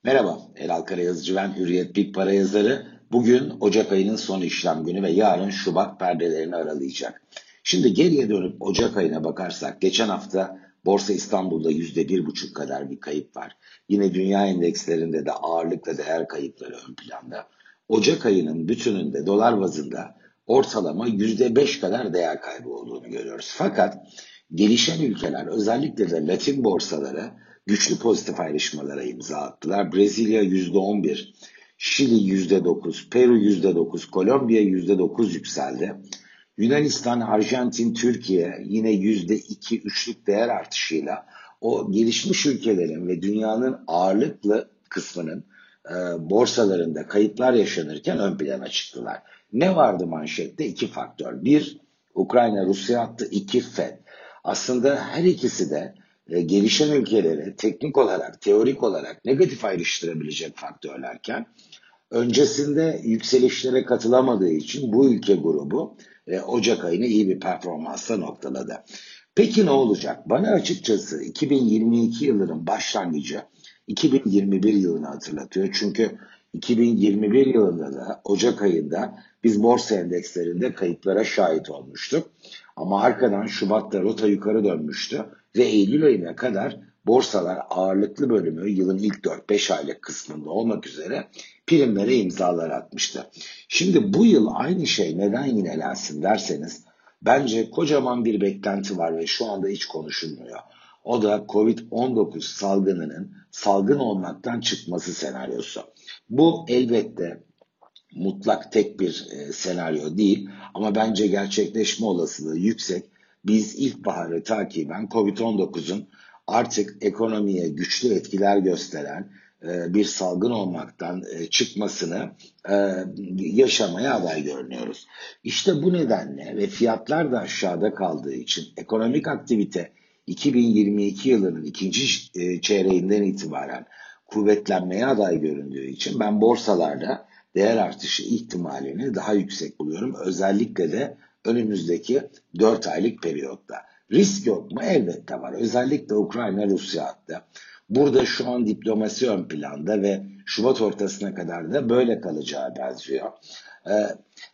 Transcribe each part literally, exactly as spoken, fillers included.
Merhaba, Elal Karayazıcı ben, Hürriyet Big Para yazarı. Bugün Ocak ayının son işlem günü ve yarın Şubat perdelerini aralayacak. Şimdi geriye dönüp Ocak ayına bakarsak, geçen hafta Borsa İstanbul'da yüzde bir buçuk kadar bir kayıp var. Yine dünya endekslerinde de ağırlıkla değer kayıpları ön planda. Ocak ayının bütününde dolar bazında ortalama yüzde beş kadar değer kaybı olduğunu görüyoruz. Fakat gelişen ülkeler, özellikle de Latin borsaları güçlü pozitif ayrışmalara imza attılar. Brezilya yüzde on bir, Şili yüzde dokuz, Peru yüzde dokuz, Kolombiya yüzde dokuz yükseldi. Yunanistan, Arjantin, Türkiye yine yüzde iki üçlük değer artışıyla o gelişmiş ülkelerin ve dünyanın ağırlıklı kısmının e, borsalarında kayıplar yaşanırken ön plana çıktılar. Ne vardı manşette? İki faktör. Bir, Ukrayna-Rusya hattı. İki, Fed. Aslında her ikisi de e, gelişen ülkeleri teknik olarak, teorik olarak negatif ayrıştırabilecek faktörlerken öncesinde yükselişlere katılamadığı için bu ülke grubu e, Ocak ayını iyi bir performansla noktaladı. Peki ne olacak? Bana açıkçası iki bin yirmi iki yılının başlangıcı iki bin yirmi bir yılını hatırlatıyor. Çünkü iki bin yirmi bir yılında da Ocak ayında biz borsa endekslerinde kayıplara şahit olmuştuk. Ama arkadan Şubat'ta rota yukarı dönmüştü ve Eylül ayına kadar borsalar ağırlıklı bölümü yılın ilk dört beş aylık kısmında olmak üzere primlere imzalar atmıştı. Şimdi bu yıl aynı şey neden yinelensin derseniz bence kocaman bir beklenti var ve şu anda hiç konuşulmuyor. O da kovid on dokuz salgınının salgın olmaktan çıkması senaryosu. Bu elbette mutlak tek bir e, senaryo değil ama bence gerçekleşme olasılığı yüksek. Biz ilkbaharı takiben kovid on dokuzun artık ekonomiye güçlü etkiler gösteren e, bir salgın olmaktan e, çıkmasını e, yaşamaya aday görünüyoruz. İşte bu nedenle ve fiyatlar da aşağıda kaldığı için ekonomik aktivite iki bin yirmi iki yılının ikinci e, çeyreğinden itibaren kuvvetlenmeye aday göründüğü için ben borsalarda değer artışı ihtimalini daha yüksek buluyorum. Özellikle de önümüzdeki dört aylık periyotta. Risk yok mu? Elbette var. Özellikle Ukrayna-Rusya hattı. Burada şu an diplomasi ön planda ve Şubat ortasına kadar da böyle kalacağı benziyor. Ee,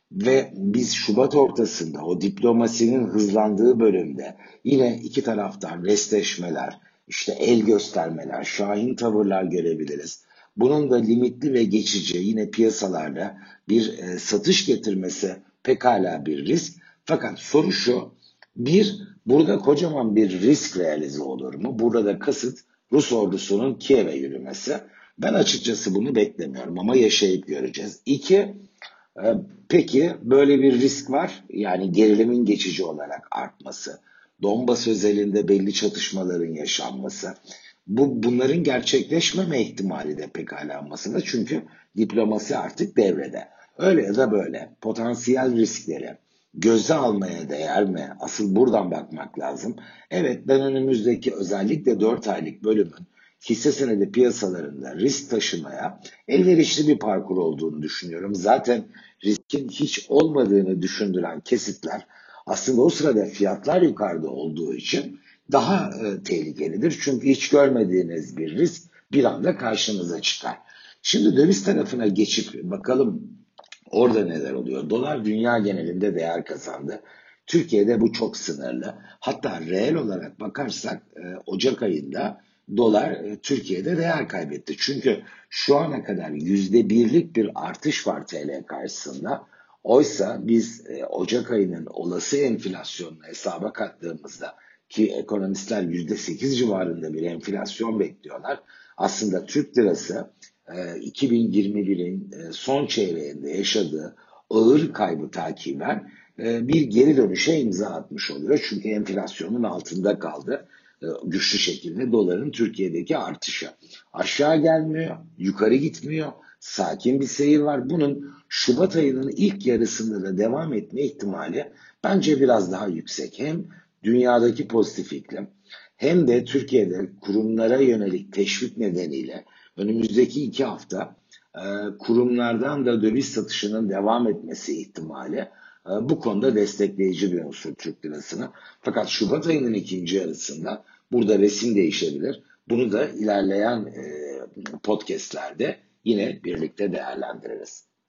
ve biz Şubat ortasında o diplomasinin hızlandığı bölümde yine iki taraftan restleşmeler, işte el göstermeler, şahin tavırlar görebiliriz. Bunun da limitli ve geçici yine piyasalarda bir e, satış getirmesi pekala bir risk. Fakat soru şu, bir, burada kocaman bir risk realize olur mu? Burada da kasıt Rus ordusunun Kiev'e yürümesi. Ben açıkçası bunu beklemiyorum ama yaşayıp göreceğiz. İki, e, peki böyle bir risk var. Yani gerilimin geçici olarak artması. Donbas özelinde belli çatışmaların yaşanması. Bu bunların gerçekleşmeme ihtimali de pekala masada çünkü diplomasi artık devrede. Öyle ya da böyle potansiyel riskleri göze almaya değer mi? Asıl buradan bakmak lazım. Evet, ben önümüzdeki özellikle dört aylık bölümün hisse senedi piyasalarında risk taşımaya elverişli bir parkur olduğunu düşünüyorum. Zaten riskin hiç olmadığını düşündüren kesitler aslında o sırada fiyatlar yukarıda olduğu için daha e, tehlikelidir. Çünkü hiç görmediğiniz bir risk bir anda karşınıza çıkar. Şimdi döviz tarafına geçip bakalım orada neler oluyor. Dolar dünya genelinde değer kazandı. Türkiye'de bu çok sınırlı. Hatta reel olarak bakarsak e, Ocak ayında dolar e, Türkiye'de değer kaybetti. Çünkü şu ana kadar yüzde birlik bir artış var T L karşısında. Oysa biz e, Ocak ayının olası enflasyonunu hesaba kattığımızda ki ekonomistler yüzde sekiz civarında bir enflasyon bekliyorlar. Aslında Türk lirası e, iki bin yirmi birin e, son çeyreğinde yaşadığı ağır kaybı takiben e, bir geri dönüşe imza atmış oluyor. Çünkü enflasyonun altında kaldı e, güçlü şekilde doların Türkiye'deki artışı. Aşağı gelmiyor, yukarı gitmiyor. Sakin bir seyir var. Bunun Şubat ayının ilk yarısında da devam etme ihtimali bence biraz daha yüksek. Hem dünyadaki pozitif iklim hem de Türkiye'de kurumlara yönelik teşvik nedeniyle önümüzdeki iki hafta e, kurumlardan da döviz satışının devam etmesi ihtimali e, bu konuda destekleyici bir unsur Türk lirasını. Fakat Şubat ayının ikinci yarısında burada resim değişebilir. Bunu da ilerleyen e, podcastlerde yine birlikte değerlendiririz.